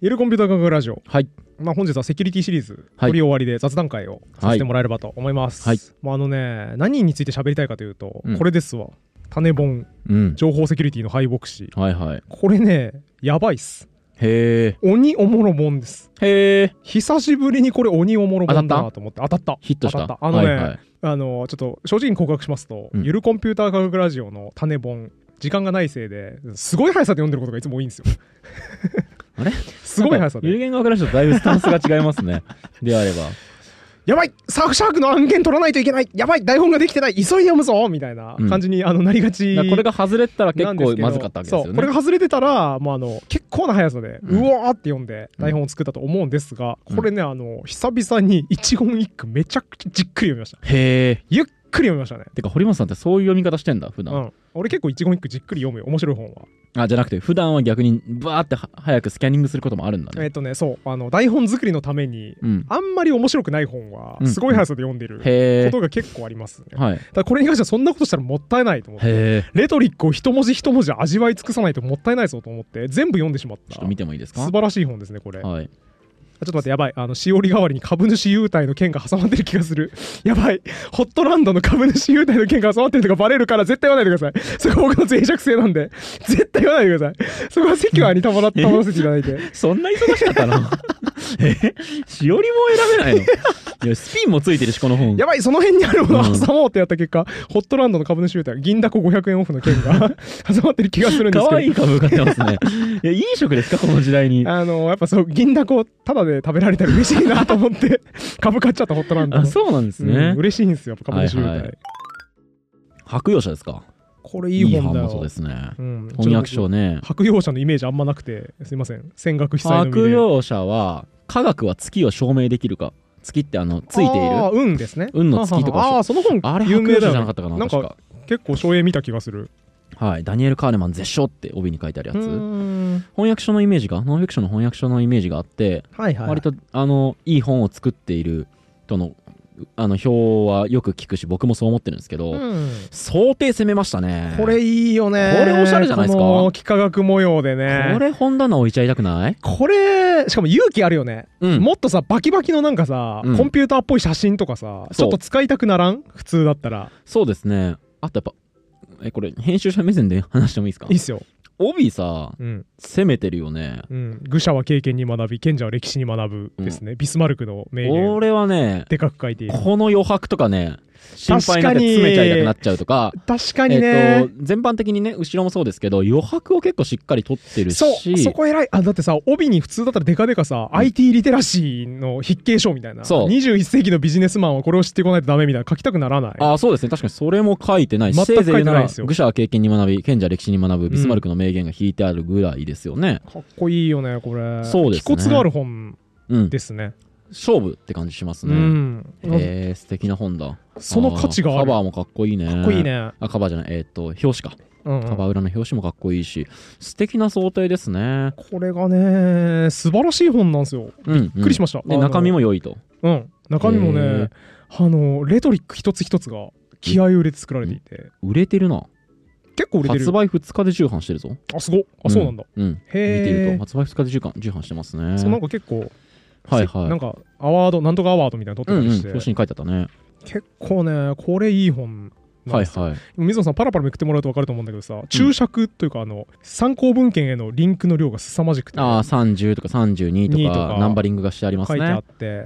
ゆるコンピューター科学ラジオ。 はい。 本日はセキュリティシリーズ、 はい取り終わりで雑談会をさせてもらえればと思います。 はい。 何について喋りたいかというと、これですわ。種本、情報セキュリティの敗北史。 はいはい。 これね、やばいっす。 へー。鬼おもろ本です。 へー。 久しぶりにこれ鬼おもろ本だなと思って当たった。 ヒットした。 ちょっと正直に告白しますと、ゆるコンピューター科学ラジオの種本、時間がないせいですごい速さで読んでることがいつも多いんですよ。 あれすごい速さで。 有限学ラジオとだいぶスタンスが違いますね。であれば。 やばいサーフシャークの案件取らないといけない、やばい台本ができてない、急いで読むぞみたいな感じになりがち。 これが外れてたら結構まずかったわけですよね。 そう、これが外れてたら、結構な速さで、うわーって読んで台本を作ったと思うんですが、これね、久々に一言一句めちゃくちゃじっくり読みました。 へー。 ゆっくり読みましたね。 てか堀本さんってそういう読み方してんだ普段。 俺結構一言一句じっくり読むよ、面白い本は。 じゃなくて普段は逆にバーって早くスキャニングすることもあるんだね。 そう台本作りのために、あんまり面白くない本はすごい速さで読んでることが結構ありますね。ただこれに関してはそんなことしたらもったいないと思って、レトリックを一文字一文字味わい尽くさないともったいないぞと思って全部読んでしまった。 ちょっと見てもいいですか。 素晴らしい本ですねこれ。ちょっと待って、やばい。しおり代わりに株主優待の件が挟まってる気がする。やばい。ホットランドの株主優待の件が挟まってるのがバレるから絶対言わないでください。そこ僕の脆弱性なんで、絶対言わないでください。そこはセキュアに保らせていただいて。 そんな忙しかったのしおりも選べないの。いやスピンもついてるしこの本。 やばい、その辺にあるものを挟もうってやった結果、ホットランドの株主優待、銀だこ500円オフの件が挟まってる気がするんですけど。 可愛い株買ってますね。いや、いい食ですかこの時代に。 やっぱそう、銀だこただで食べられたら嬉しいなと思って株買っちゃったホットランドの。 そうなんですね。 嬉しいんですよ、株主優待。 白洋舎ですか。 これいい本だよ。 そうですね。翻訳書ね。 白洋舎のイメージあんまなくてすいません。戦学被災の身で。 白洋舎は科学は月を証明できるか。月ってついている運ですね。 運の月とか。 その本あれ白洋舎じゃなかったかな。 なんか結構照英見た気がする。 はい、ダニエル・カーネマン絶唱って帯に書いてあるやつ。翻訳書のイメージがノンフィクションの翻訳書のイメージがあって、割といい本を作っているとの表はよく聞くし僕もそう思ってるんですけど、想定攻めましたね。 これいいよね。 これおしゃれじゃないですか。 この幾何学模様でね。 これ本棚置いちゃいたくない？ これしかも勇気あるよね。もっとさバキバキのなんかさ、コンピューターっぽい写真とかさ、ちょっと使いたくならん？普通だったら。 そうですね。あとやっぱこれ編集者目線で話してもいいですか？ いいっすよ。 帯さ、攻めてるよね。 愚者は経験に学び、賢者は歴史に学ぶですね。ビスマルクの名言。 俺はね、 でかく書いている。 この余白とかね、心配になって詰めちゃいたくなっちゃうとか。 確かにね。 全般的にね、後ろもそうですけど、余白を結構しっかり取ってるし。 そこ偉い。だってさ、帯に普通だったらデカデカさ、IT リテラシーの筆記書みたいな。21世紀のビジネスマンはこれを知ってこないとダメみたいな書きたくならない。 そうですね。確かにそれも書いてないし、 全く書いてないですよ。 愚者は経験に学び、賢者は歴史に学ぶ、ビスマルクの名言が引いてあるぐらいですよね。 かっこいいよね、これ。 そうですね。 気骨がある本ですね。 勝負って感じしますね。素敵な本だ。 その価値がある。 カバーもかっこいいね。 かっこいいね。 カバーじゃない、表紙か。カバー裏の表紙もかっこいいし、素敵な想定ですね。 これがね、素晴らしい本なんですよ。びっくりしました。 で、中身も良いと。 中身もね、レトリック一つ一つが気合を入れて作られていて。 売れてるな。 結構売れてる。 発売2日で重版してるぞ。 すごっ。そうなんだ。 見てると発売2日で重版してますね。 なんか結構なんかアワードなんとかアワードみたいなの取ってたりして、 表紙に書いてあったね。 結構ねこれいい本なんですよ。水野さんパラパラめくってもらうと分かると思うんだけどさ、注釈というか参考文献へのリンクの量が凄まじくて、 30とか32とかナンバリングがしてありますね。書いてあって、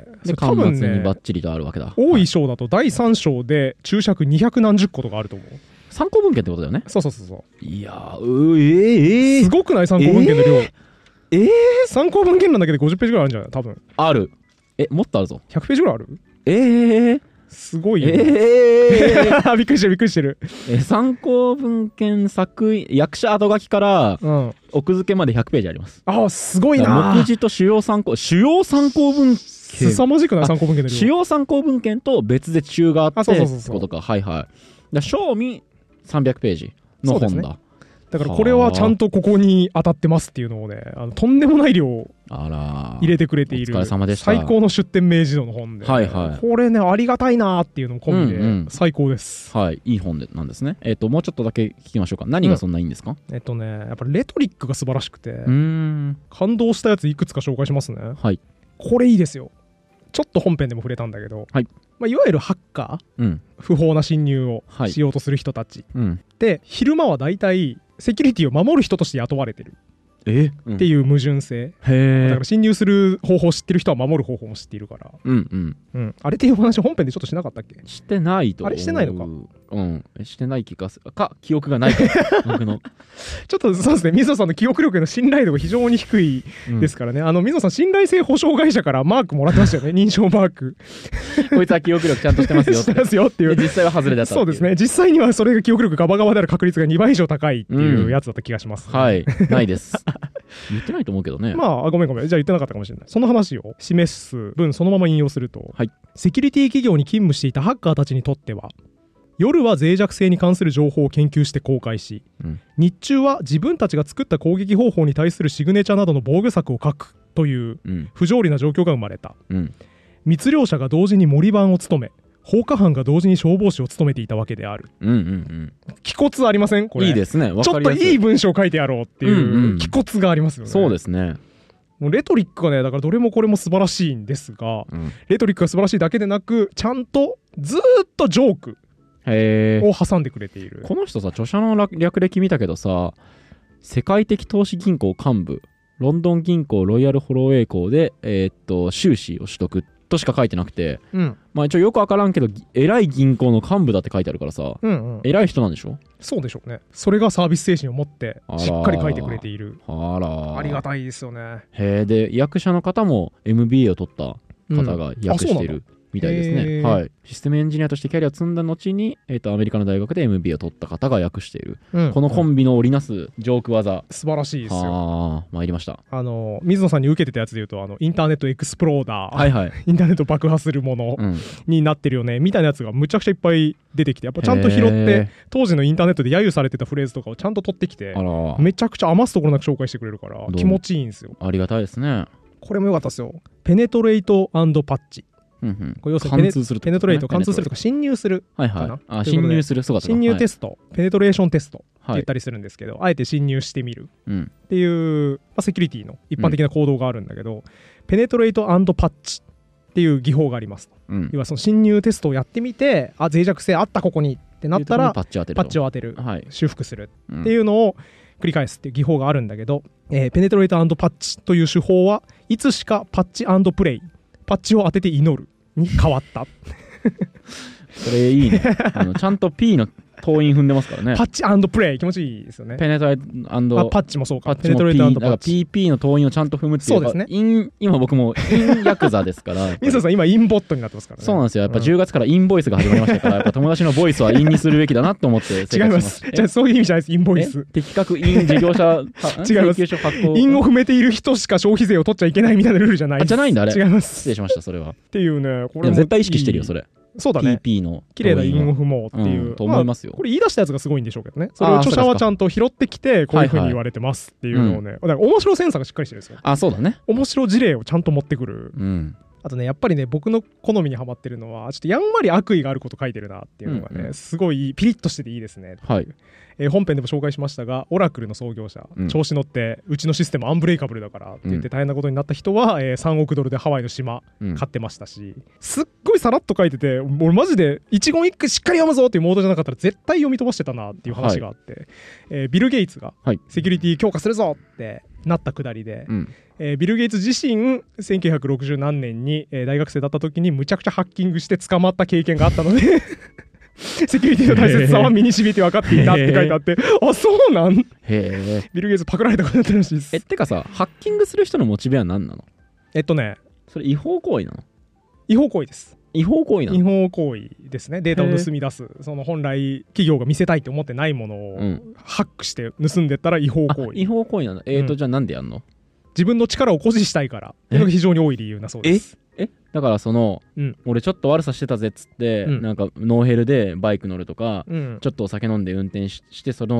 で端末にバッチリとあるわけだ。 多い章だと第3章で注釈200何十個とかあると思う。 参考文献ってことだよね。 そう。 いやすごくない？参考文献の量。参考文献欄だけで50ページぐらいあるんじゃない？多分ある。もっとあるぞ。 100ページぐらいある？すごいよ。びっくりしてる。 参考文献役者後書きから奥付けまで100ページあります。 すごいな。 目次と主要参考文献。 凄まじくない？参考文献の量。 主要参考文献と別で中があってってことか。賞味300ページの本だ。 だからこれはちゃんとここに当たってますっていうのをね、とんでもない量入れてくれている、 お疲れ様でした。 最高の出典明示度の本で、ね、 はいはい、 これねありがたいなーっていうのも込みで最高です、 はい、いい本なんですね。もうちょっとだけ聞きましょうか。何がそんないいんですか？ やっぱレトリックが素晴らしくて、感動したやついくつか紹介しますね。 はい、 これいいですよ。ちょっと本編でも触れたんだけど、はい、いわゆるハッカー、不法な侵入をしようとする人たち、で昼間はだいたいセキュリティを守る人として雇われてるっていう矛盾性、だから侵入する方法を知ってる人は守る方法も知っているから、あれっていう話本編でちょっとしなかったっけ？ してないと。 あれしてないのか、 してない気がするか、記憶がないか僕のちょっとそうですね、水野さんの記憶力への信頼度が非常に低いですからね、水野さん信頼性保証会社からマークもらってましたよね認証マークこいつは記憶力ちゃんとしてますよしてますよっていう。 実際は外れだったっていう。 そうですね、実際にはそれが記憶力ガバガバである確率が2倍以上高いっていうやつだった気がします、 はいないです言ってないと思うけどね。 ごめんじゃあ言ってなかったかもしれない。その話を示す文そのまま引用すると、セキュリティ企業に勤務していたハッカーたちにとっては、夜は脆弱性に関する情報を研究して公開し、日中は自分たちが作った攻撃方法に対するシグネチャーなどの防御策を書くという不条理な状況が生まれた、密漁者が同時に森番を務め、放火犯が同時に消防士を務めていたわけである。気骨ありませんこれ？ いいですね。 ちょっといい文章を書いてやろうっていう気骨がありますよね。 そうですね。 もうレトリックがね、だからどれもこれも素晴らしいんですが、レトリックが素晴らしいだけでなく、ちゃんとずーっとジョークを挟んでくれている。 この人さ、著者の略歴見たけどさ、世界的投資銀行幹部、ロンドン銀行ロイヤルホロウェイ行で、修士を取得としか書いてなくて、一応よくわからんけど偉い銀行の幹部だって書いてあるからさ、偉い人なんでしょ？そうでしょうね。それがサービス精神を持ってしっかり書いてくれている。ありがたいですよね。で役者の方も MBA を取った方が訳しているみたいですね。はい。システムエンジニアとしてキャリアを積んだ後に、アメリカの大学で MBA を取った方が訳している、このコンビの織りなすジョーク技、素晴らしいですよ。参りました。水野さんに受けてたやつでいうと、インターネットエクスプローダー、インターネット爆破するものになってるよね、みたいなやつがむちゃくちゃいっぱい出てきて、やっぱちゃんと拾って当時のインターネットで揶揄されてたフレーズとかをちゃんと取ってきて、めちゃくちゃ余すところなく紹介してくれるから気持ちいいんですよ。ありがたいですね。これも良かったですよ。ペネトレイト&パッチ。これ要するにペネトレート、貫通するとか侵入するかな。侵入する、侵入テスト、ペネトレーションテストって言ったりするんですけど、あえて侵入してみるっていうセキュリティの一般的な行動があるんだけど、ペネトレート&パッチっていう技法があります。要はその侵入テストをやってみて、脆弱性あったここにってなったらパッチを当てる、修復するっていうのを繰り返すっていう技法があるんだけど、ペネトレート&パッチという手法はいつしかパッチ&プレイ、パッチを当てて祈るに変わったそれいいねちゃんと P の党員踏んでますからね。パッチ&プレイ気持ちいいですよね。ペネトレート&パッチもそうか。ペネトレート&パッチ。PP の党員をちゃんと踏むっていう。そうですね。今僕もインヤクザですから。水野さん今インボットになってますからね。そうなんですよ。やっぱ10月からインボイスが始まりましたから、やっぱ友達のボイスはインにするべきだなと思って生活してます。違います。じゃあそういう意味じゃないです。インボイス。的確イン事業者違います。インを踏めている人しか消費税を取っちゃいけないみたいなルールじゃないです。じゃないんだあれ。違います。失礼しましたそれは。っていうね、これ絶対意識してるよそれ。そうだね。PP の綺麗な韻を踏もうっていう、と思いますよ。これ言い出したやつがすごいんでしょうけどね。それを著者はちゃんと拾ってきてこういう風に言われてますっていうのをね、だから面白センサーがしっかりしてるんですよ。あ、そうだね。面白事例をちゃんと持ってくる。あとね、やっぱりね、僕の好みにハマってるのはちょっとやんわり悪意があること書いてるなっていうのがね、すごいピリッとしてていいですね。はい。本編でも紹介しましたが、オラクルの創業者、調子乗ってうちのシステムアンブレイカブルだからって言って大変なことになった人は、3億ドルでハワイの島買ってましたし、すっごいさらっと書いてて、俺マジで一言一句しっかり読むぞっていうモードじゃなかったら絶対読み飛ばしてたなっていう話があって、ビル・ゲイツがセキュリティ強化するぞってなったくだりで、ビル・ゲイツ自身1960何年に、大学生だった時にむちゃくちゃハッキングして捕まった経験があったのでセキュリティの大切さは身に染みて分かっていたって書いてあってあ、そうなんビル・ゲイツパクられたことになったらしいです。てかさ、ハッキングする人のモチベは何なの？それ違法行為なの？違法行為です。違法行為なの？違法行為ですね。データを盗み出す、その本来企業が見せたいと思ってないものをハックして盗んでったら違法行為。違法行為なの？じゃあなんでやんの？自分の力を誇示したいからっていうのが非常に多い理由なそうです。だからその、俺ちょっと悪さしてたぜっつって、なんかノーヘルでバイク乗るとか、ちょっとお酒飲んで運転してその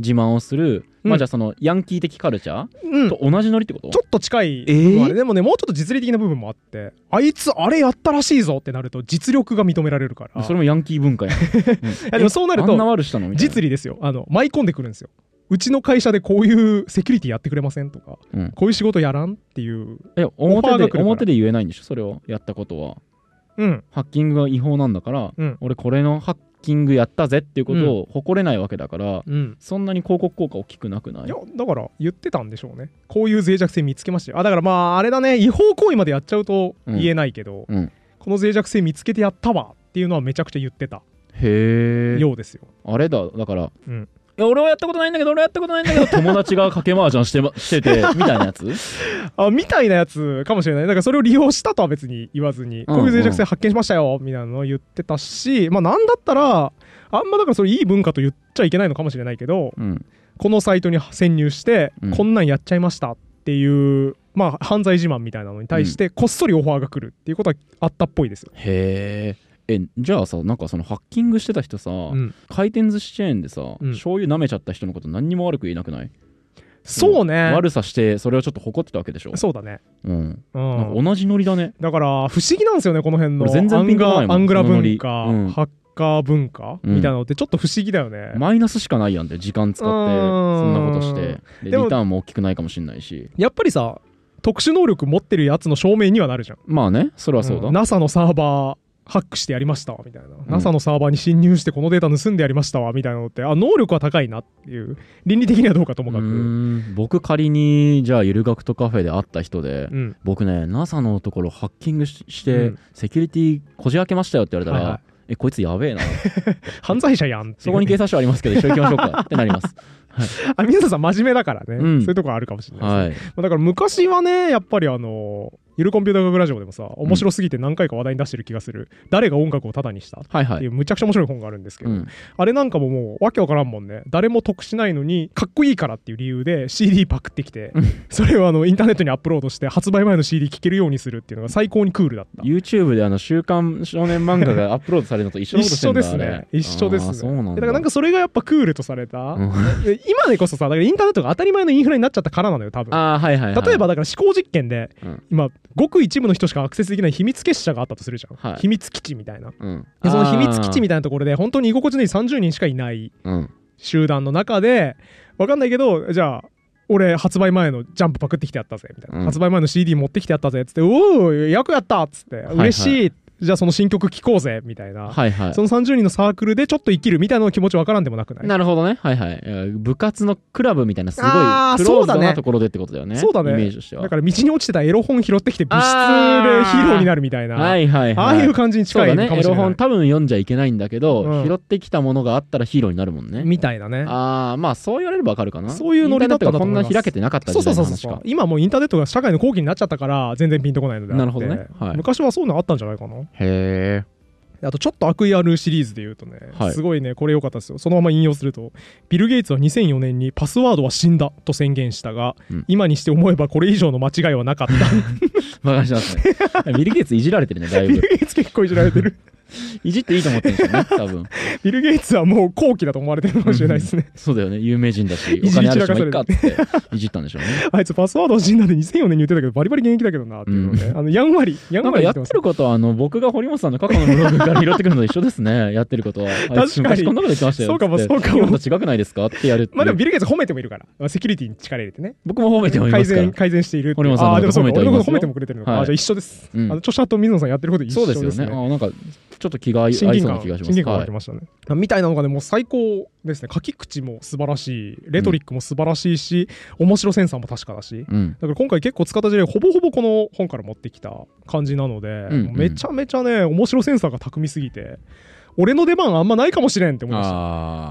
自慢をする、まあじゃあそのヤンキー的カルチャーと同じノリってこと？ ちょっと近い部分あれ、でもねもうちょっと実利的な部分もあって、あいつあれやったらしいぞってなると実力が認められるから。 それもヤンキー文化やん、 でもそうなるとあんな悪したのみたいな実利ですよ。舞い込んでくるんですよ。うちの会社でこういうセキュリティやってくれませんとか、こういう仕事やらんっていう表で言えないんでしょそれをやったことは。ハッキングが違法なんだから、俺これのハッキングやったぜっていうことを誇れないわけだから、そんなに広告効果大きくなくない？いやだから言ってたんでしょうね。こういう脆弱性見つけましたよ。だからまああれだね、違法行為までやっちゃうと言えないけど、この脆弱性見つけてやったわっていうのはめちゃくちゃ言ってたようですよ。 あれだから、いや俺はやったことないんだけど友達が賭け麻雀しててみたいなやつみたいなやつかもしれない。だからそれを利用したとは別に言わずに、こういう脆弱性発見しましたよみたいなのを言ってたし、まあなんだったらあんまだからそれいい文化と言っちゃいけないのかもしれないけど、このサイトに潜入して、こんなんやっちゃいましたっていうまあ犯罪自慢みたいなのに対してこっそりオファーが来るっていうことはあったっぽいですよ。 へえ。じゃあさ、なんかそのハッキングしてた人さ、回転寿司チェーンでさ、醤油舐めちゃった人のこと何にも悪く言えなくない？ そうね。 悪さしてそれをちょっと誇ってたわけでしょ。 そうだね。 なんか同じノリだね。 だから不思議なんですよね、この辺の全然ピンとこないもん。 アングラ文化、ハッカー文化みたいなのってちょっと不思議だよね。 マイナスしかないやんって、時間使ってそんなことしてリターンも大きくないかもしれないし、 やっぱりさ特殊能力持ってるやつの証明にはなるじゃん。 まあね、それはそうだ。 NASA のサーバーハックしてやりましたわみたいな、NASA のサーバーに侵入してこのデータ盗んでやりましたわみたいなのって、能力は高いなっていう、倫理的にはどうかともかく。 僕仮にじゃあゆる学とカフェで会った人で、僕ね NASA のところハッキングして、セキュリティこじ開けましたよって言われたら、こいつやべえな犯罪者やん。 そこに警察署ありますけど一緒に行きましょうかってなります。 水田さん真面目だからね、そういうとこあるかもしれないですね。だから昔はねやっぱりゆるコンピューター学ラジオでもさ、面白すぎて何回か話題に出してる気がする、誰が音楽をタダにしたっていうむちゃくちゃ面白い本があるんですけど、あれなんかももうわけわからんもんね。誰も得しないのにかっこいいからっていう理由で CD パクってきてそれをインターネットにアップロードして発売前の CD 聴けるようにするっていうのが最高にクールだった。 YouTube で週刊少年漫画がアップロードされるのと一緒のことしてるんだ。 一緒ですね、一緒ですね。 そうなんだ。 だからなんかそれがやっぱクールとされた今でこそさ、だからインターネットが当たり前のインフラになっちゃったからなのよ多分。例えばだから思考実験で、今ごく一部の人しかアクセスできない秘密結社があったとするじゃん、秘密基地みたいな、でその秘密基地みたいなところで本当に居心地のいい30人しかいない集団の中で、わかんないけどじゃあ俺発売前のジャンプパクってきてやったぜみたいな、発売前の CD 持ってきてやったぜっつって、おお役やったっつって、嬉しい、じゃあその新曲聴こうぜみたいな、その30人のサークルでちょっと生きるみたいな気持ちわからんでもなくない？ なるほどね。部活のクラブみたいなすごいクローズドなところでってことだよね。 そうだね。 イメージとしては。 だから道に落ちてたエロ本拾ってきて部室でヒーローになるみたいな、ああいう感じに近いかもしれない。 エロ本多分読んじゃいけないんだけど、拾ってきたものがあったらヒーローになるもんね。 みたいなね。 まあそう言われればわかるかな。 そういうノリだったんだと思います。 こんな開けてなかった時代の話か。 今もうインターネットが社会の後期になっちゃったから全然ピンとこないのであって。 なるほどね。 昔はそういうのあったんじゃないかな。 へえ。 あとちょっと悪意あるシリーズで言うとね、すごいねこれ良かったですよ。そのまま引用すると、ビル・ゲイツは2004年にパスワードは死んだと宣言したが、今にして思えばこれ以上の間違いはなかった。 バカしますね。ビル・ゲイツいじられてるね、だいぶ。 ビル・ゲイツ結構いじられてる。 いじっていいと思ってるんですよね、多分。 ビル・ゲイツはもう後期だと思われてるかもしれないですね。 そうだよね、有名人だし、お金あるしもいっかっていじったんでしょうね。 あいつパスワードは死んだで2004年に言ってたけど、バリバリ現役だけどなっていうのね。やんわりなんかやってることは僕が堀本さんの過去のブログから拾ってくるのと一緒ですね。やってることは。 確かに。 こんなこと言ってましたよ。 そうかもそうかも。 今と違くないですかってやる。 まあでもビル・ゲイツ褒めてもいるから、セキュリティに力入れてね。 僕も褒めてもいますから。 改善している。 堀本さんのこと褒めてもくれてるのか。じゃあ一緒です。著者と水野さんやってること一緒ですね。 そうですよね。なんかちょっと気が合いそうな気がします。 親近感が湧きましたね。みたいなのがねもう最高ですね。書き口も素晴らしい、レトリックも素晴らしいし、面白センサーも確かだし、だから今回結構使った事例ほぼほぼこの本から持ってきた感じなので、めちゃめちゃね面白センサーが巧みすぎて、俺の出番あんまないかもしれんって思いました。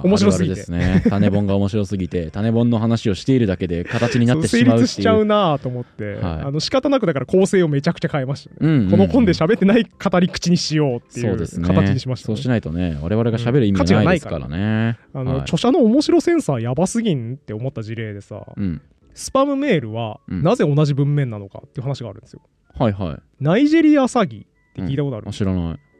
面白すぎて。 ですね。種本が面白すぎて、種本の話をしているだけで形になってしまうっていう。 成立しちゃうなと思って、仕方なくだから構成をめちゃくちゃ変えましたね。この本で喋ってない語り口にしようっていう形にしました。 そうしないとね、我々が喋る意味がないですからね。 著者の面白センサーやばすぎんって思った事例でさ、スパムメールはなぜ同じ文面なのかっていう話があるんですよ。ナイジェリア詐欺って聞いたことある？ 知らない。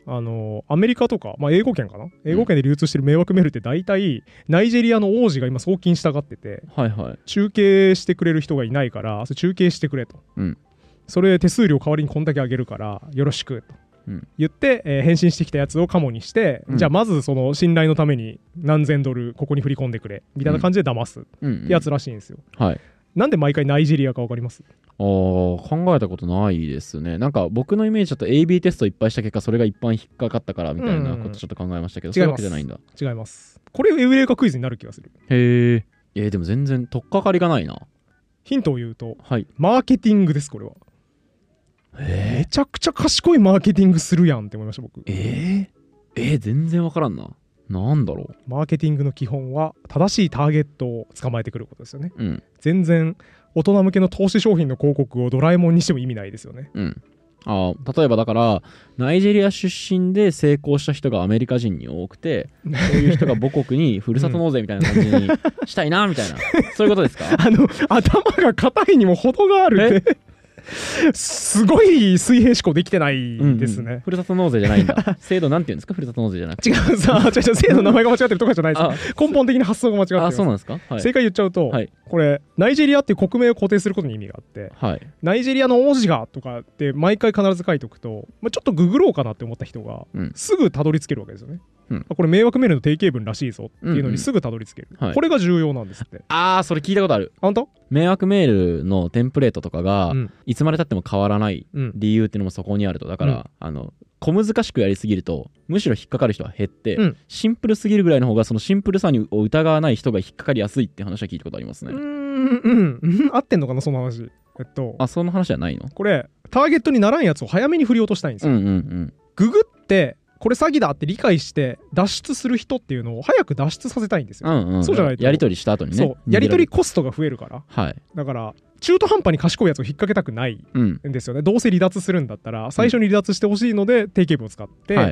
アメリカとか、まあ、英語圏かな、英語圏で流通してる迷惑メールって大体ナイジェリアの王子が今送金したがってて、 はいはい、 中継してくれる人がいないからそれ中継してくれと、うん、それ手数料代わりにこんだけあげるからよろしくと言って、返信してきたやつをカモにして、じゃあまずその信頼のために何千ドルここに振り込んでくれみたいな感じで騙すってやつらしいんですよ、はい、なんで毎回ナイジェリアか分かります？ 考えたことないですね。なんか僕のイメージだと AB テストいっぱいした結果それが一般引っかかったからみたいなことちょっと考えましたけど、そういうわけじゃないんだ。 違います。これエウレカクイズになる気がする。 へえ。でも全然取っかかりがないな。 ヒントを言うと、はい、マーケティングです。これはめちゃくちゃ賢いマーケティングするやんって思いました僕。 全然わからんな。なんだろう。 マーケティングの基本は正しいターゲットを捕まえてくることですよね、うん、全然大人向けの投資商品の広告をドラえもんにしても意味ないですよね、うん、 例えばだからナイジェリア出身で成功した人がアメリカ人に多くてそういう人が母国にふるさと納税みたいな感じにしたいなみたいなそういうことですか？ 頭が硬いにも程があるってすごい水平思考できてないですね、 ふるさと納税じゃないんだ。制度なんていうんですか？ふるさと納税じゃなくて。 違う制度の名前が間違ってるとかじゃないです。根本的に発想が間違ってます。 そうなんですか？はい、 正解言っちゃうと、はい、これナイジェリアっていう国名を固定することに意味があって、はい、ナイジェリアの王子がとかって毎回必ず書いておくと、ちょっとググろうかなって思った人が、すぐたどり着けるわけですよね、うん、これ迷惑メールの定型文らしいぞっていうのにすぐたどり着ける、これが重要なんですって。 それ聞いたことある。 本当？ 迷惑メールのテンプレートとかが、いつまでたっても変わらない理由っていうのもそこにあると。だから、小難しくやりすぎるとむしろ引っかかる人は減って、シンプルすぎるぐらいの方がそのシンプルさを疑わない人が引っかかりやすいって話は聞いたことありますね。 合ってんのかなその話。 その話じゃないの？ これターゲットにならんやつを早めに振り落としたいんですよ、ググってこれ詐欺だって理解して脱出する人っていうのを早く脱出させたいんですよ、そうじゃないとやり取りした後にね、 そうやり取りコストが増えるから、はい、だから中途半端に賢いやつを引っ掛けたくないんですよね、どうせ離脱するんだったら最初に離脱してほしいので定型文を使って、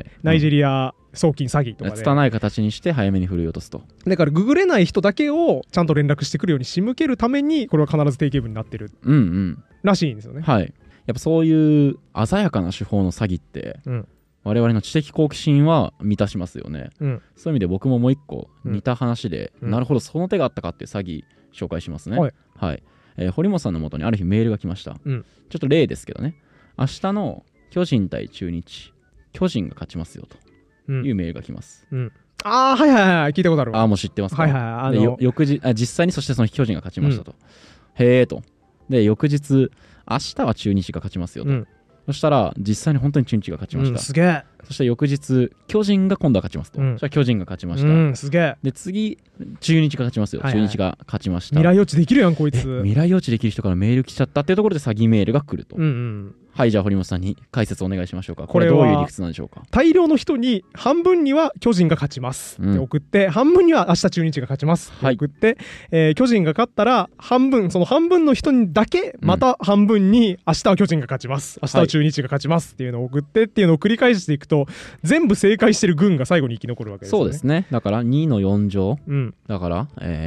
ナイジェリア送金詐欺とかで拙い形にして早めに振り落とすと。 だからググれない人だけをちゃんと連絡してくるように仕向けるためにこれは必ず定型文になってるらしいんですよね、 はい、やっぱそういう鮮やかな手法の詐欺って、我々の知的好奇心は満たしますよね、そういう意味で僕ももう一個似た話で、なるほどその手があったかっていう詐欺紹介しますね。はい、堀本さんの元にある日メールが来ました、ちょっと例ですけどね、明日の巨人対中日巨人が勝ちますよというメールが来ます、 はい聞いたことあるわ。 もう知ってますか？翌日実際にそしてその巨人が勝ちましたと、へえと。で翌日明日は中日が勝ちますよと、そしたら実際に本当に中日が勝ちました、 すげえ。 そして翌日巨人が今度は勝ちますと、そしたら巨人が勝ちました、 すげえ。 で次中日が勝ちますよ、中日が勝ちました。 未来予知できるやんこいつ。 未来予知できる人からメール来ちゃったっていうところで詐欺メールが来ると、はい、じゃあ堀本さんに解説お願いしましょうか。これどういう理屈なんでしょうか？ 大量の人に半分には巨人が勝ちますって送って、半分には明日中日が勝ちますって送って、巨人が勝ったらその半分の人にだけまた半分に明日は巨人が勝ちます、明日は中日が勝ちますっていうのを送ってっていうのを繰り返していくと全部正解してる軍が最後に生き残るわけですよね。 そうですね。だから2の4乗、だから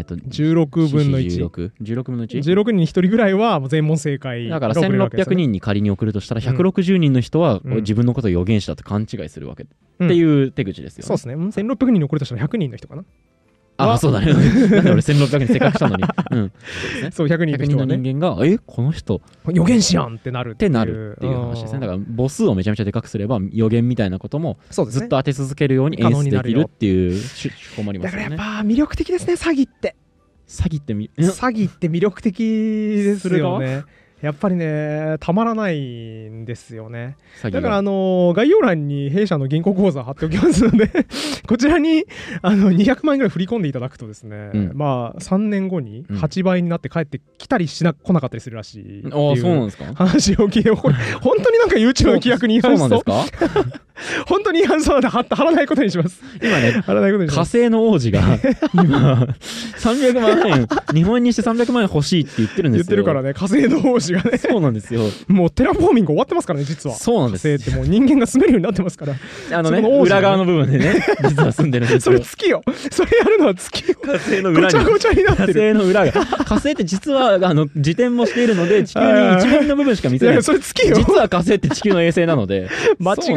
16分の1、 16分の 1？ 16人に1人ぐらいは全問正解だから1600人に仮に送るとしたら160人の人は自分のことを予言したと勘違いするわけ、っていう手口ですよね。 そうですね。1600人に送るとしたら100人の人かな。 そうだね。なんで俺1600人正確したのに。 そう100人の人間がこの人予言師やんってなるっていう話ですね。だから母数をめちゃめちゃでかくすれば予言みたいなこともずっと当て続けるように演出できるっていう手法もありますよね。 だからやっぱ魅力的ですね、詐欺って。 詐欺って魅力的ですよね。やっぱりねたまらないんですよね。だから概要欄に弊社の銀行口座貼っておきますのでこちらに200万円ぐらい振り込んでいただくとですね、3年後に8倍になって帰ってきたり来なかったりするらしいっていう話を聞いて、これ本当になんか YouTube の規約に違反しそう。本当に違反そうなんで貼らないことにします。 今ね火星の王子が今300万円日本にして300万円欲しいって言ってるんですよ。 言ってるからね、火星の王子がね。 そうなんですよ。 もうテラフォーミング終わってますからね、実は。 そうなんです。 火星ってもう人間が住めるようになってますから。 裏側の部分でね実は住んでるんですよ。 それ月よ。それやるのは月よ。 火星の裏にごちゃごちゃになってる。 火星の裏が火星って実は自転もしているので地球に一面の部分しか見せない。 それ月よ。 実は火星って地球の衛星なので間違えてるな。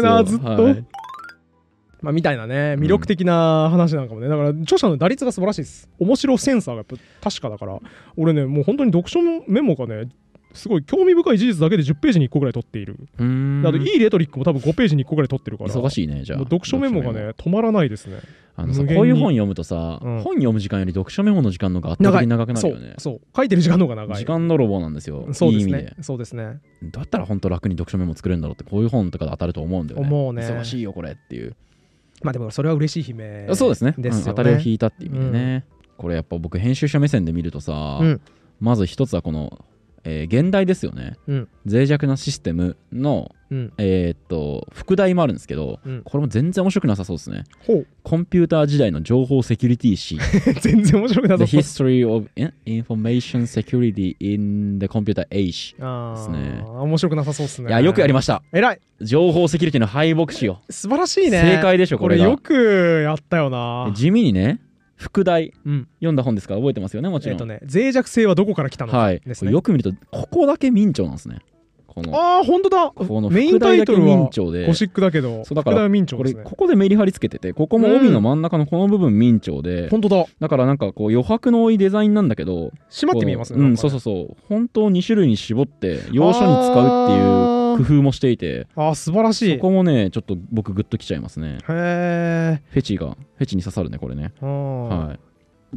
なずっと、はい、まあ、みたいなね魅力的な話なんかもね、だから著者の打率が素晴らしいです。面白センサーがやっぱ確かだから、俺ねもう本当に読書メモがねすごい興味深い事実だけで10ページに1個ぐらい取っている。あといいレトリックも多分5ページに1個ぐらい取ってるから、 忙しいね。じゃあ読書メモがね止まらないですね。 こういう本読むとさ、本読む時間より読書メモの時間の方が圧倒的に長くなるよね。 そう書いてる時間の方が長い。 時間泥棒なんですよ。 そうですね、 いい意味で。 そうですね。 だったら本当楽に読書メモ作れるんだろうって、こういう本とかで当たると思うんだよね。 思うね。 忙しいよこれっていう。 まあでもそれは嬉しい悲鳴。 そうですね。当たりを引いたっていう意味でね。これやっぱ僕編集者目線で見るとさ、まず一つはこの現代ですよね、脆弱なシステムの、副題もあるんですけど、これも全然面白くなさそうですね。コンピューター時代の情報セキュリティ史全然面白くなさそう。 The History of Information Security in the Computer Age ですね。 面白くなさそうですね。 いやよくやりました。 偉い。 情報セキュリティの敗北史よ。 素晴らしいね。 正解でしょこれが。 よくやったよな。 地味にね副題、読んだ本ですから覚えてますよね、もちろん。 脆弱性はどこから来たのかですね。 よく見るとここだけ明朝なんですね。 本当だ。 このメインタイトルはゴシックだけど、 だからここでメリハリつけてて、ここも帯の真ん中のこの部分明朝で、 本当だ。 だからなんかこう余白の多いデザインなんだけど、 締まって見えますね。 そう本当2種類に絞って要所に使うっていう工夫もしていて、 素晴らしい。 そこもねちょっと僕グッときちゃいますね。 フェチに刺さるねこれね。はい。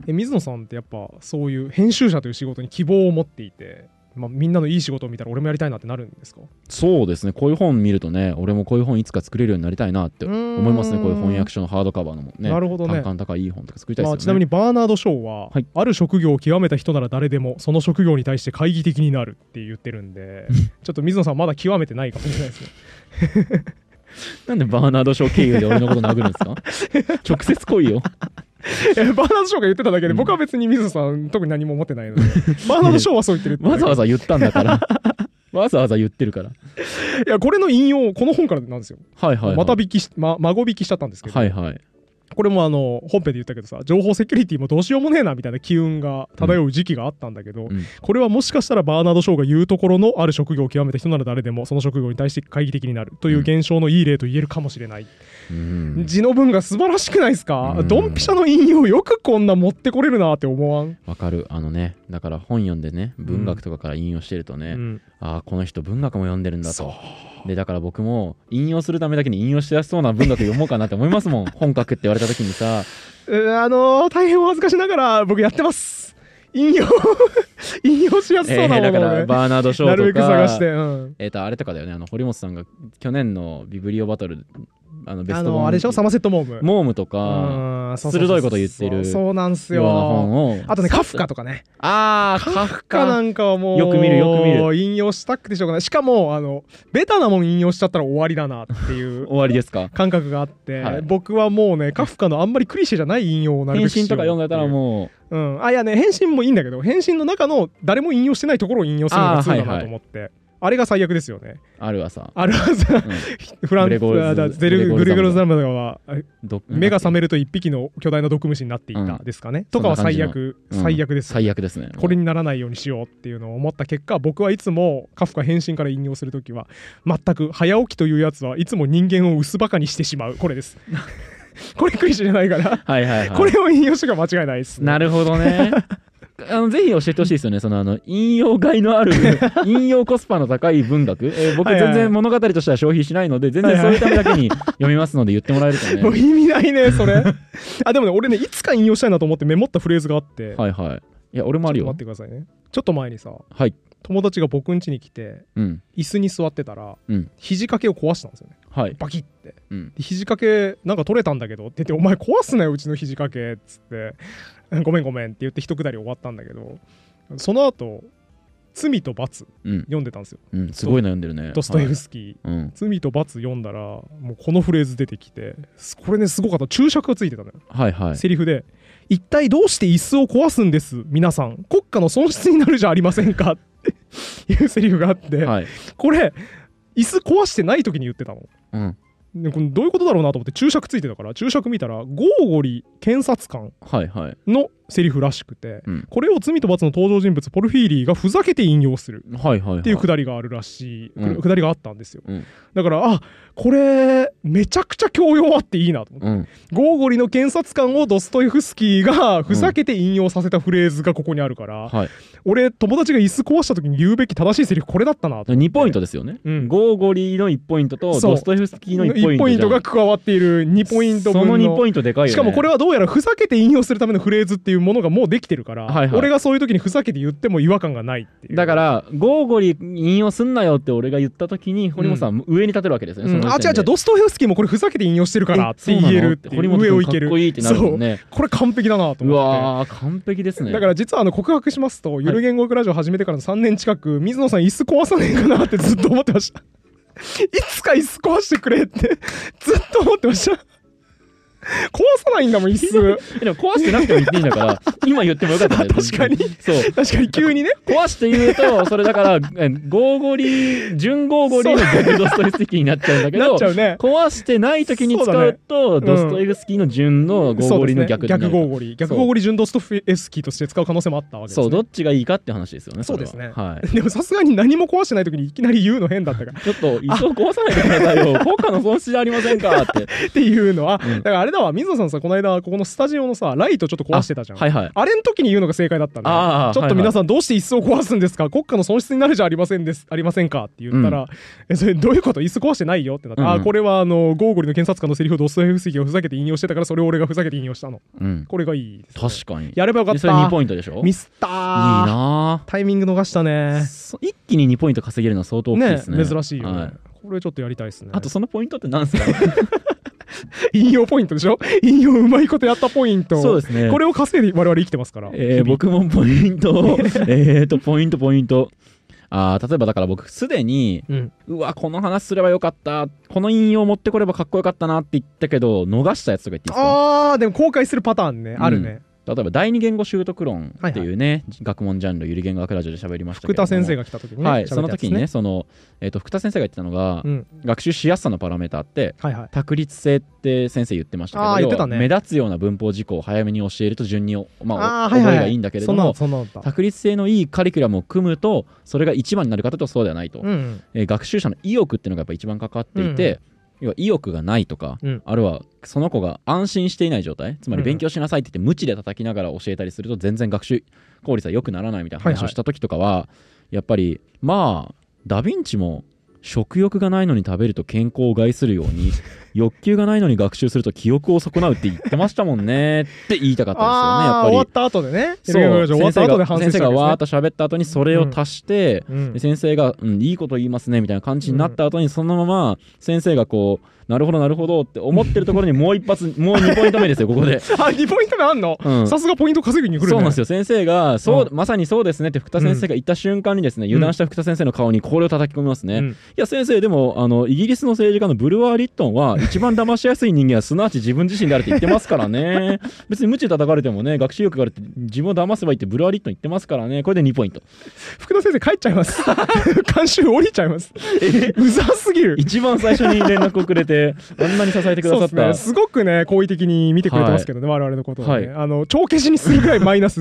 水野さんってやっぱそういう編集者という仕事に希望を持っていて、みんなのいい仕事を見たら俺もやりたいなってなるんですか？ そうですね。こういう本見るとね、俺もこういう本いつか作れるようになりたいなって思いますね。こういう翻訳書のハードカバーのね、 なるほどね、 単価高いいい本とか作りたいですよね。 ちなみにバーナード・ショーは、ある職業を極めた人なら誰でもその職業に対して懐疑的になるって言ってるんでちょっと水野さんまだ極めてないかもしれないですねなんでバーナード・ショー経由で俺のこと殴るんですか直接来いよバーナード・ショーが言ってただけで、僕は別に水野さん特に何も思ってないのでバーナード・ショーはそう言ってるってわざわざ言ったんだからわざわざ言ってるから。いやこれの引用この本からなんですよ。孫引きしちゃったんですけど、これも本編で言ったけどさ、情報セキュリティもどうしようもねえなみたいな機運が漂う時期があったんだけど、これはもしかしたらバーナード・ショーが言うところのある職業を極めた人なら誰でもその職業に対して懐疑的になるという現象のいい例と言えるかもしれない。字の文が素晴らしくないですか？ドンピシャの引用よくこんな持ってこれるなって思わん？ わかる。だから本読んでね、文学とかから引用してるとね、この人文学も読んでるんだと。でだから僕も引用するためだけに引用しやすそうな文学読もうかなって思いますもん本書くって言われた時にさ大変お恥ずかしながら僕やってます引用しやすそうなものを、ね、 だからバーナード・ショーとかなるべく探して、 あれとかだよね、堀本さんが去年のビブリオバトルベスト本あれでしょ、サマセットモームとか鋭いこと言ってるそうなんすよ。あとねカフカとかね、カフカなんかはもうよく見る引用したくてしょうがない。しかもベタなもん引用しちゃったら終わりだなっていう終わりですか感覚があって、僕はもうねカフカのあんまりクリシェじゃない引用をなるべくしよう。 返信とか読んでたらもういやね返信もいいんだけど、返信の中の誰も引用してないところを引用するのが通だなと思って、あれが最悪ですよね。 ある朝フランスグレゴルザムは目が覚めると一匹の巨大な毒虫になっていたですかね、とかは最悪です。 最悪ですね。 これにならないようにしようっていうのを思った結果、僕はいつもカフカ返信から引用するときは全く早起きというやつはいつも人間を薄バカにしてしまう、これですこれクリシェじゃないからこれを引用してが間違いないです、ね、 なるほどねぜひ教えてほしいですよね。引用がいのある引用コスパの高い文学、僕全然物語としては消費しないので、全然そういうためだけに読みますので言ってもらえるとね。 もう意味ないねそれでもね俺ねいつか引用したいなと思ってメモったフレーズがあって、 いや俺もあるよ。 ちょっと待ってくださいね。ちょっと前にさ、 友達が僕ん家に来て、椅子に座ってたら、肘掛けを壊したんですよね、バキッて、肘掛けなんか取れたんだけどって言って、お前壊すなようちの肘掛けっつってごめんって言って一くだり終わったんだけど、その後罪と罰読んでたんですよ、 すごいの読んでるね。 ドストエフスキー、罪と罰読んだらもうこのフレーズ出てきて、これねすごかった。注釈がついてたのよ、セリフで一体どうして椅子を壊すんです皆さん、国家の損失になるじゃありませんかっていうセリフがあって、これ椅子壊してない時に言ってたの、でこれどういうことだろうなと思って注釈ついてたから注釈見たらゴーゴリ検察官のセリフらしくて、これを罪と罰の登場人物ポルフィーリーがふざけて引用するっていうくだりがあるらしい、くだりがあったんですよ、だからこれめちゃくちゃ教養あっていいなと思って、ゴーゴリの検察官をドストエフスキーがふざけて引用させたフレーズがここにあるから、俺友達が椅子壊した時に言うべき正しいセリフこれだったなと。 2ポイントですよね、ゴーゴリの1ポイントとドストエフスキーの1ポイントが加わっている2ポイント分の、 その2ポイントでかいよね。 しかもこれはどうやらふざけて引用するためのフレーズっていうものがもうできてるから、俺がそういう時にふざけて言っても違和感がないっていう。 だからゴーゴリ引用すんなよって俺が言った時に堀本さん、上に立てるわけですね、 違うドストエフスキーもこれふざけて引用してるからって言えるっていう、 堀本君かっこいいってなるもんね。 これ完璧だなと思って。 うわー完璧ですね。 だから実は告白しますと、ゆる言語学ラジオ始めてからの3年近く、水野さん椅子壊さねえかなってずっと思ってましたいつか椅子壊してくれってずっと思ってました壊さないんだもん椅子でも壊してなくても言っていいんだから今言ってもよかったね確かにそう確かに急にね壊して言うとそれだからゴーゴリ準ゴーゴリの逆ドストエフスキーになっちゃうんだけど壊してない時に使うとドストエフスキーの準のゴーゴリの逆になる、 逆ゴーゴリ準ドストエフスキーとして使う可能性もあったわけですね。 そうどっちがいいかって話ですよね。 そうですね、でもさすがに何も壊してない時にいきなり言うの変だったからちょっと椅子を壊さないでくださいよ国家の損失じゃありませんかっていうのは、だからあれだわ、水野さんさこの間ここのスタジオのさライトちょっと壊してたじゃん。あれの時に言うのが正解だったね。ちょっと皆さんどうして椅子を壊すんですか、国家の損失になるじゃありませんかって言ったら、それどういうこと、椅子壊してないよってなって、これはゴーゴリの検察官のセリフをドストエフスキーがふざけて引用してたからそれを俺がふざけて引用したの、これがいいですね。 確かにやればよかった。 それ2ポイントでしょ。 ミスったー。いいな、 タイミング逃したね。 一気に2ポイント稼げるのは相当大きいですね。 珍しいよね、これちょっとやりたいですね。 あとそのポイントって何ですか引用ポイントでしょ。引用うまいことやったポイント。 そうですね。 これを稼いで我々生きてますから。 僕もポイントポイント例えばだから僕すでに、うわこの話すればよかった、この引用持ってこればかっこよかったなって言ったけど逃したやつとか言っていいですか。 でも公開するパターンね、あるね。 例えば第二言語習得論っていうね、学問ジャンルゆる言語学ラジオで喋りましたけども、 福田先生が来た時にね、 その時にね福田先生が言ってたのが、学習しやすさのパラメータって、確率性って先生言ってましたけど、目立つような文法事項を早めに教えると順に覚えがいいんだけれども、確率性のいいカリキュラムを組むとそれが一番になるかというとそうではないと、学習者の意欲っていうのがやっぱ一番関わっていて、要は意欲がないとか、あるいはその子が安心していない状態、つまり勉強しなさいって言って無知で叩きながら教えたりすると全然学習効率は良くならないみたいな話をした時とかは、やっぱりダヴィンチも食欲がないのに食べると健康を害するように欲求がないのに学習すると記憶を損なうって言ってましたもんねって言いたかったですよね。やっぱり終わった後でね、 先生がわーっと喋った後にそれを足して、先生が、いいこと言いますねみたいな感じになった後に、そのまま先生がこうなるほどって思ってるところにもう一発もう2ポイント目ですよここで 2ポイント目あんの、さすがポイント稼ぎに来るね。 そうなんですよ。先生がまさにそうですねって福田先生が言った瞬間にですね、油断した福田先生の顔にこれを叩き込みますね。いや先生でもイギリスの政治家のブルワー・リットンは一番騙しやすい人間はすなわち自分自身であるって言ってますからね別に無知で叩かれてもね学習欲があるって自分を騙せばいいってブルワー・リットン言ってますからね。これで2ポイント。 福田先生帰っちゃいます監修降りちゃいます。うざすぎる。 一番最初に連絡をくれてあんなに支えてくださった。 すごくね好意的に見てくれてますけどね、我々のことをね、帳消しにするぐらいマイナス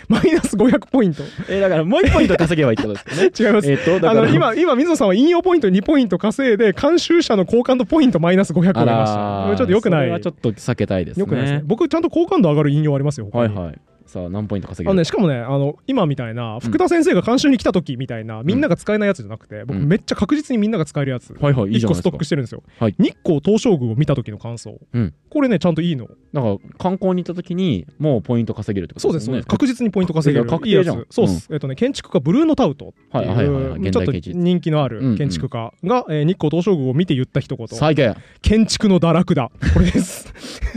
500ポイントだからもう1ポイント稼げばいいってことですよね違います。今水野さんは引用ポイント2ポイント稼いで監修者の好感度ポイントマイナス500を得ました。ちょっと良くない。 それはちょっと避けたいですね。 良くないですね。僕ちゃんと好感度上がる引用ありますよ。 さあ何ポイント稼げるしかもね今みたいな福田先生が監修に来た時みたいな、みんなが使えないやつじゃなくて、僕めっちゃ確実にみんなが使えるやつ1個ストックしてるんですよ。日光東照宮を見た時の感想、これねちゃんといいの。 だから観光に行った時にもうポイント稼げるってことですね。 そうです確実にポイント稼げる確定じゃん。 そうです。建築家ブルーノ・タウトっていうちょっと人気のある建築家が日光東照宮を見て言った一言、建築の堕落だ、これです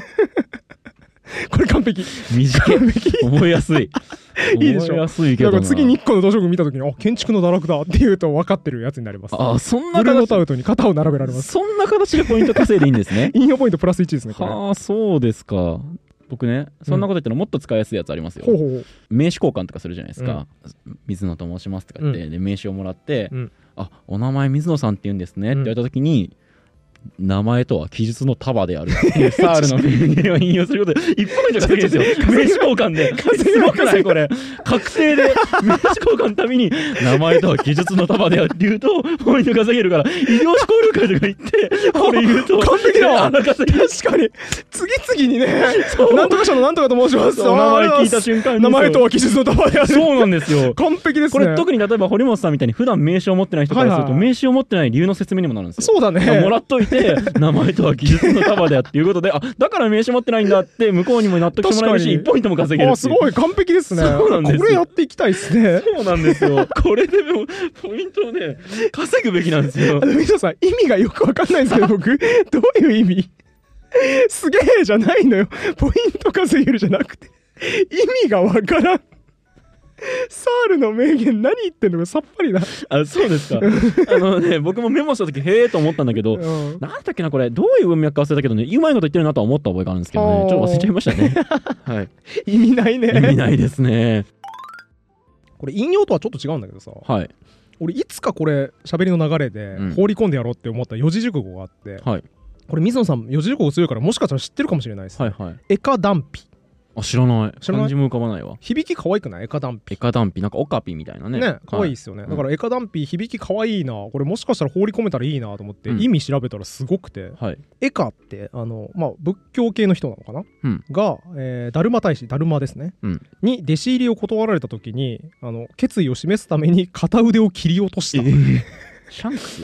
これ完璧。 短い。覚えやすい。 いいでしょ。だから次日光の東照宮見た時に建築の堕落だって言うと分かってるやつになります。 そんなブルーノタウトに肩を並べられます。 そんな形でポイント稼いでいいんですね。 引用ポイントプラス1ですね。 そうですか。僕ねそんなこと言ったらもっと使いやすいやつありますよ。名刺交換とかするじゃないですか。水野と申しますとか言って名刺をもらって、お名前水野さんって言うんですねって言われた時に名前とは記述の束であるっていうサールの名言を引用することで1ポイント稼げるんですよ。名刺交換ですごくないこれ。確定で名刺交換のために名前とは記述の束であるって言うとポイント稼げるから、異業種交流会とか行ってこれ言うと完璧だわ。 確かに次々にね、なんとか社のなんとかと申します。 名前聞いた瞬間に名前とは記述の束である。 そうなんですよ。 完璧ですね。 これ特に例えば堀本さんみたいに普段名刺を持ってない人からすると、名刺を持ってない理由の説明にもなるんですよ。 そうだね。 もらっといて名前とは記述の束であっていうことで、あ、だから名刺持ってないんだって向こうにも納得してもらえるし、1ポイントも稼げる。 すごい完璧ですね。 そうなんですよ。 これやっていきたいですね。 そうなんですよ。これでもポイントをね稼ぐべきなんですよ。 皆さん意味がよくわかんないんですけど、僕どういう意味すげえじゃないのよ。ポイント稼げるじゃなくて意味がわからん。サールの名言何言ってんのかさっぱりだ。 あ、そうですか。僕もメモした時へえと思ったんだけど、なんだっけなこれどういう文脈か忘れたけどね、うまいこと言ってるなとは思った覚えがあるんですけどね、ちょっと忘れちゃいましたね。はい。 意味ないね。 意味ないですね。 これ引用とはちょっと違うんだけどさ、 はい、 俺いつかこれ喋りの流れで放り込んでやろうって思った四字熟語があって、 はい、 これ水野さん四字熟語強いからもしかしたら知ってるかもしれないです、ね。 はいはい。 エカダンピ。 あ、知らない。漢字も浮かばないわ。 響き可愛くない？エカダンピ。 エカダンピ、なんかオカピみたいなね。 ね、可愛いですよね。だからエカダンピ響き可愛いな。これもしかしたら放り込めたらいいなと思って意味調べたらすごくて、エカって仏教系の人なのかな、がダルマ大使、ダルマですね、に弟子入りを断られた時に決意を示すために片腕を切り落とした。 シャンクス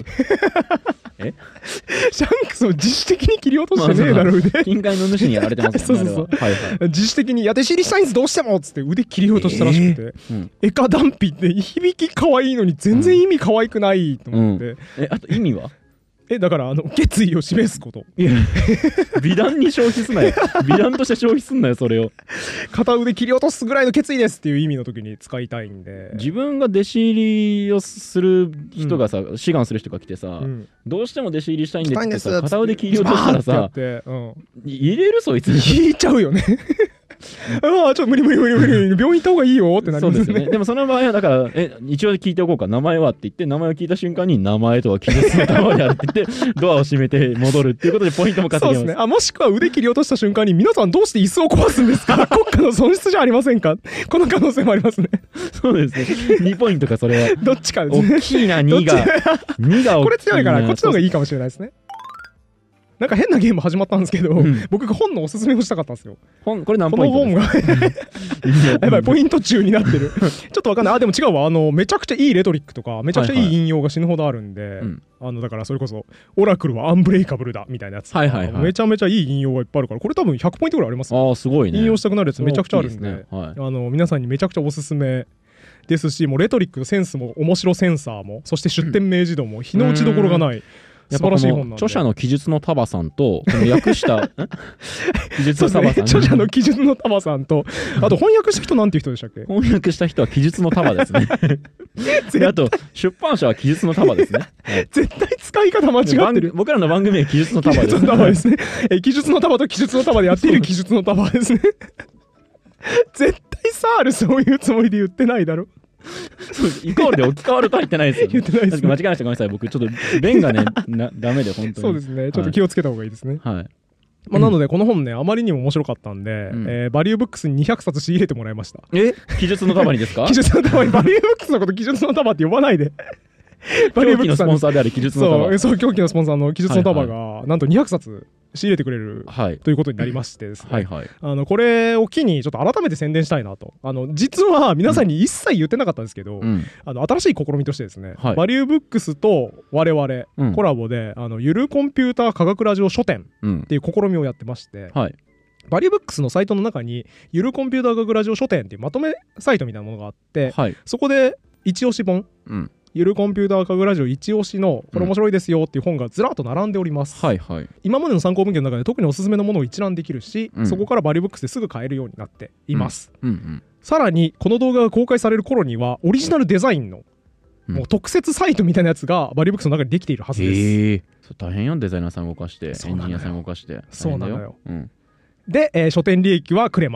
シャンクスを自主的に切り落としてねえだろ、腕。 近海の主にやられてますよね。そう自主的に弟子入りしたいんですどうしてもっつって腕切り落としたらしくて、エカダンピって響き可愛いのに全然意味可愛くないと思って、 あと意味はだから決意を示すこと。 いや美談に消費すなよ。美談として消費すんなよそれを。 片腕切り落とすぐらいの決意ですっていう意味の時に使いたいんで。 自分が弟子入りをする人がさ、志願する人が来てさ、どうしても弟子入りしたいんでってさ、片腕切り落としたらさ、入れるそいつ。 引いちゃうよね。ああ、ちょっと無理病院行った方がいいよってなりますよね。 そうですね。でもその場合はだから一応聞いておこうか、名前はって言って、名前を聞いた瞬間に名前とは記述の束であるって言ってドアを閉めて戻るっていうことでポイントも稼げます。そうですね。もしくは腕切り落とした瞬間に皆さんどうして椅子を壊すんですか国家の損失じゃありませんか。この可能性もありますね。 そうですね。2ポイントかそれは。 どっちかですね。 大きいな2が。2が大きい。 これ強いからこっちの方がいいかもしれないですね。なんか変なゲーム始まったんですけど、僕が本のおすすめをしたかったんですよ。 これ何ポイントですか？ この本がやばいポイント中になってる。ちょっとわかんない。でも違うわ。めちゃくちゃいいレトリックとかめちゃくちゃいい引用が死ぬほどあるんで、だからそれこそオラクルはアンブレイカブルだみたいなやつ、めちゃめちゃいい引用がいっぱいあるから、これ多分100ポイントぐらいありますよ。 あ、すごいね。 引用したくなるやつめちゃくちゃあるんで、皆さんにめちゃくちゃおすすめですし、もうレトリックのセンスも面白センサーも、そして出典明示度も日の打ちどころがない。 やっぱこの著者の記述の束さんとこの訳した記述の束さん、 著者の記述の束さんと、あと翻訳した人なんていう人でしたっけ？ 翻訳した人は記述の束ですね。であと出版社は記述の束ですね。 絶対使い方間違ってる。 僕らの番組は記述の束です。 記述の束と記述の束でやっている記述の束ですね。絶対サールそういうつもりで言ってないだろ。 イコールで置き換わるとは言ってないですよ、ね。 言ってないです、ね。 間違えました、ごめんなさい。僕ちょっと弁がねダメで本当に。 そうですね。ちょっと気をつけた方がいいですね。 はい。 なのでこの本ねあまりにも面白かったんで、バリューブックスに200冊仕入れてもらいました。 記述の束にですか？ 記述の束に。バリューブックスのこと記述の束って呼ばないで。 狂気のスポンサーである記述の束。 そう狂気のスポンサーの記述の束がなんと200冊仕入れてくれるということになりましてですね、これを機にちょっと改めて宣伝したいなと。実は皆さんに一切言ってなかったんですけど、新しい試みとしてですね、バリューブックスと我々コラボでゆるコンピューター科学ラジオ書店っていう試みをやってまして、バリューブックスのサイトの中にゆるコンピューター科学ラジオ書店っていうまとめサイトみたいなものがあって、そこで一押し本、ゆるコンピューター科学ラジオ一押しのこれ面白いですよっていう本がずらっと並んでおります。今までの参考文献の中で特におすすめのものを一覧できるし、そこからバリューブックスですぐ買えるようになっています。さらにこの動画が公開される頃にはオリジナルデザインのもう特設サイトみたいなやつがバリューブックスの中にできているはずです。 大変よ、デザイナーさん動かしてエンジニアさん動かして。 そうなのよ。で、書店利益はくれます。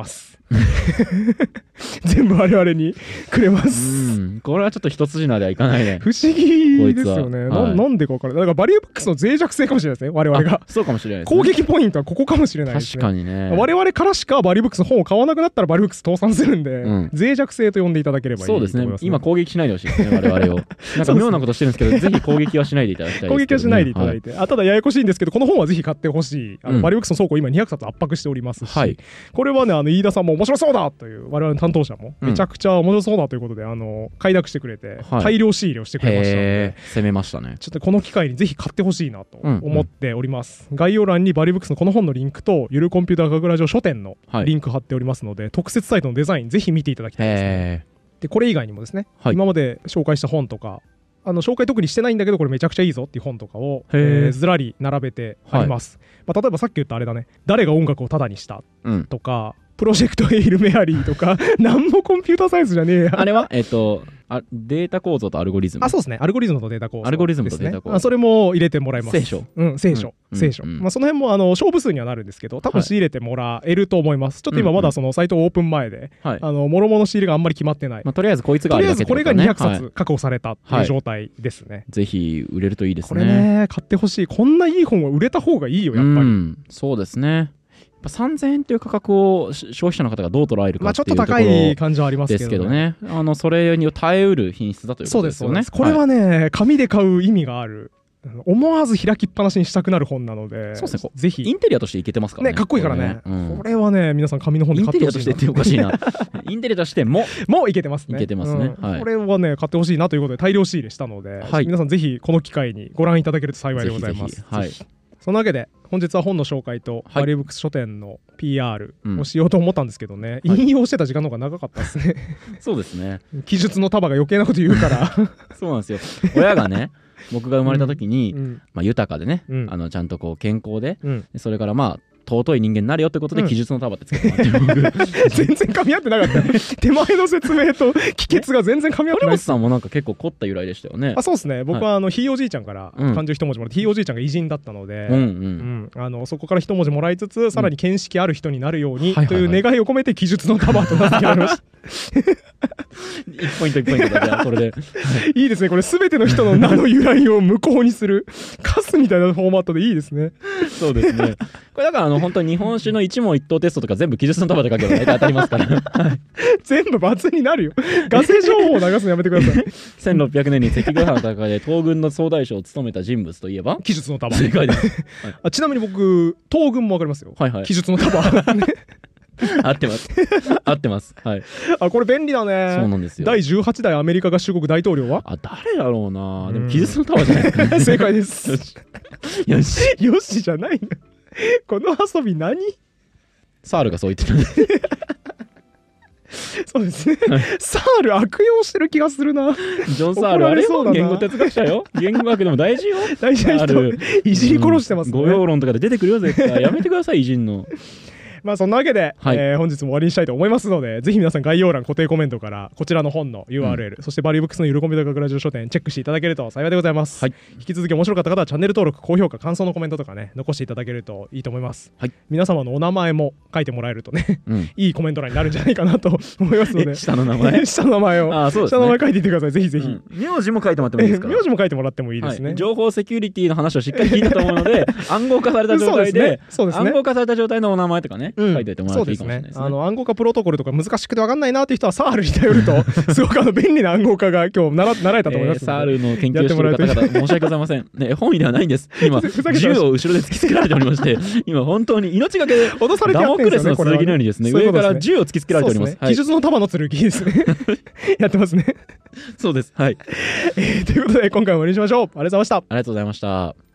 全部我々にくれます。 これはちょっと一筋縄ではいかないね。 不思議ですよね。なんでか分からない。だからバリューブックスの脆弱性かもしれないですね、我々が。 そうかもしれないですね。 攻撃ポイントはここかもしれないですね。 確かにね。 我々からしかバリューブックスの本を買わなくなったらバリューブックス倒産するんで、脆弱性と呼んでいただければいいと思いますね。 そうですね。今攻撃しないでほしいですね、我々を。なんか妙なことしてるんですけど、ぜひ攻撃はしないでいただきたいです。 攻撃はしないでいただいて。ただややこしいんですけど、この本はぜひ買ってほしい。バリューブックスの倉庫今200冊圧迫しておりますし、これはね、飯田さんも面白そうだという我々の担当者もめちゃくちゃ面白そうだということで快諾してくれて、大量仕入れをしてくれましたので、 攻めましたね。 ちょっとこの機会にぜひ買ってほしいなと思っております。概要欄にバリューブックスのこの本のリンクとゆるコンピューター学ラジオ書店のリンク貼っておりますので、特設サイトのデザインぜひ見ていただきたいですね。でこれ以外にもですね、今まで紹介した本とか紹介特にしてないんだけどこれめちゃくちゃいいぞっていう本とかを、ずらり並べてあります。例えばさっき言ったあれだね、誰が音楽をタダにしたとか、プロジェクトヘイルメアリーとか何もコンピューターサイエンスじゃねえや。 あれはデータ構造とアルゴリズム。 そうですね、アルゴリズムとデータ構造、 アルゴリズムとデータ構造、 それも入れてもらいます。 聖書。 聖書。その辺も勝負数にはなるんですけど、多分仕入れてもらえると思います。ちょっと今まだそのサイトオープン前でもろもろ仕入れがあんまり決まってない。 とりあえずこいつがあるだけとりあえずこれが200冊確保されたっていう状態ですね。 ぜひ売れるといいですね。 これね、買ってほしい。こんないい本は売れた方がいいよ、やっぱり。 そうですね。3000円という価格を消費者の方がどう捉えるかっていうところちょっと高い感じはありますですけどね。それに耐えうる品質だということですよね。 これはね、紙で買う意味がある。思わず開きっぱなしにしたくなる本なので、 そうですね、 ぜひインテリアとしていけてますからね。 かっこいいからね。これはね、皆さん紙の本で買ってほしい。 インテリアとしてっておかしいな。インテリアとしてもいけてますね。 いけてますね。 これはね、買ってほしいなということで大量仕入れしたので、皆さんぜひこの機会にご覧いただけると幸いでございます。そのわけで本日は本の紹介とバリューブックス書店の PR をしようと思ったんですけどね、引用してた時間の方が長かったですね。 そうですね。 記述の束が余計なこと言うからそうなんですよ。親がね、僕が生まれた時に豊かでね、ちゃんとこう健康で、それから尊い人間になるよってことで記述の束ってつけてもらって全然噛み合ってなかった手前の説明と帰結が全然噛み合ってない。 堀本さんもなんか結構凝った由来でしたよね。 そうですね。僕はひいおじいちゃんから漢字一文字もらって、ひいおじいちゃんが偉人だったので、そこから一文字もらいつつ、さらに見識ある人になるようにという願いを込めて記述の束と名付けられました 1ポイント1ポイントだじゃあこれでいいですね。これ全ての人の名の由来を無効にするカスみたいなフォーマットでいいですね。 そうですね。これだから本当に日本史の一問一答テストとか全部記述の束で書けば大体当たりますから全部×になるよ。ガセ情報を流すのやめてください。 1600年に関ヶ原の戦いで東軍の総大将を務めた人物といえば記述の束。 正解です、 ちなみに僕東軍も分かりますよ。記述の束合ってます合ってます。 これ便利だね。 そうなんですよ。 第18代アメリカ合衆国大統領は誰だろうな。でも記述の束じゃないですか。 正解です。 よしよしじゃないの。この遊び何？ サールがそう言ってたね。 そうですね。サール悪用してる気がするな。 ジョン・サールあれよ、言語哲学者よ。言語学でも大事よ。 大事な人いじり殺してますね。 語用論とかで出てくるよ絶対。やめてください、いじんの。 そんなわけで、本日も終わりにしたいと思いますので、ぜひ皆さん概要欄固定コメントからこちらの本の URL、そしてバリューブックスのゆるコンピューター学ラジオ書店チェックしていただけると幸いでございます。引き続き面白かった方はチャンネル登録、高評価、感想のコメントとかね残していただけるといいと思います。皆様のお名前も書いてもらえるとね、いいコメント欄になるんじゃないかなと思いますので、 下の名前下の名前を下の名前書いていってください。ぜひぜひ名字も書いてもらってもいいですか？ 名字も書いてもらってもいいですね。 情報セキュリティの話をしっかり聞いたと思うので暗号化された状態で暗号化された状態のお名前とかね書いておいてもらっていいかもしれないですね。暗号化プロトコルとか難しくて分かんないなっていう人はサールに頼るとすごく便利な暗号化が今日習えたと思います。 サールの研究をしている方々申し訳ございません。本意ではないんです。今銃を後ろで突きつけられておりまして今本当に命がけで脅されてダモクレスの剣のようにですね上から銃を突きつけられております。 記述の束の剣ですね。やってますね。 そうです。ということで今回も終わりにしましょう。ありがとうございました。 ありがとうございました。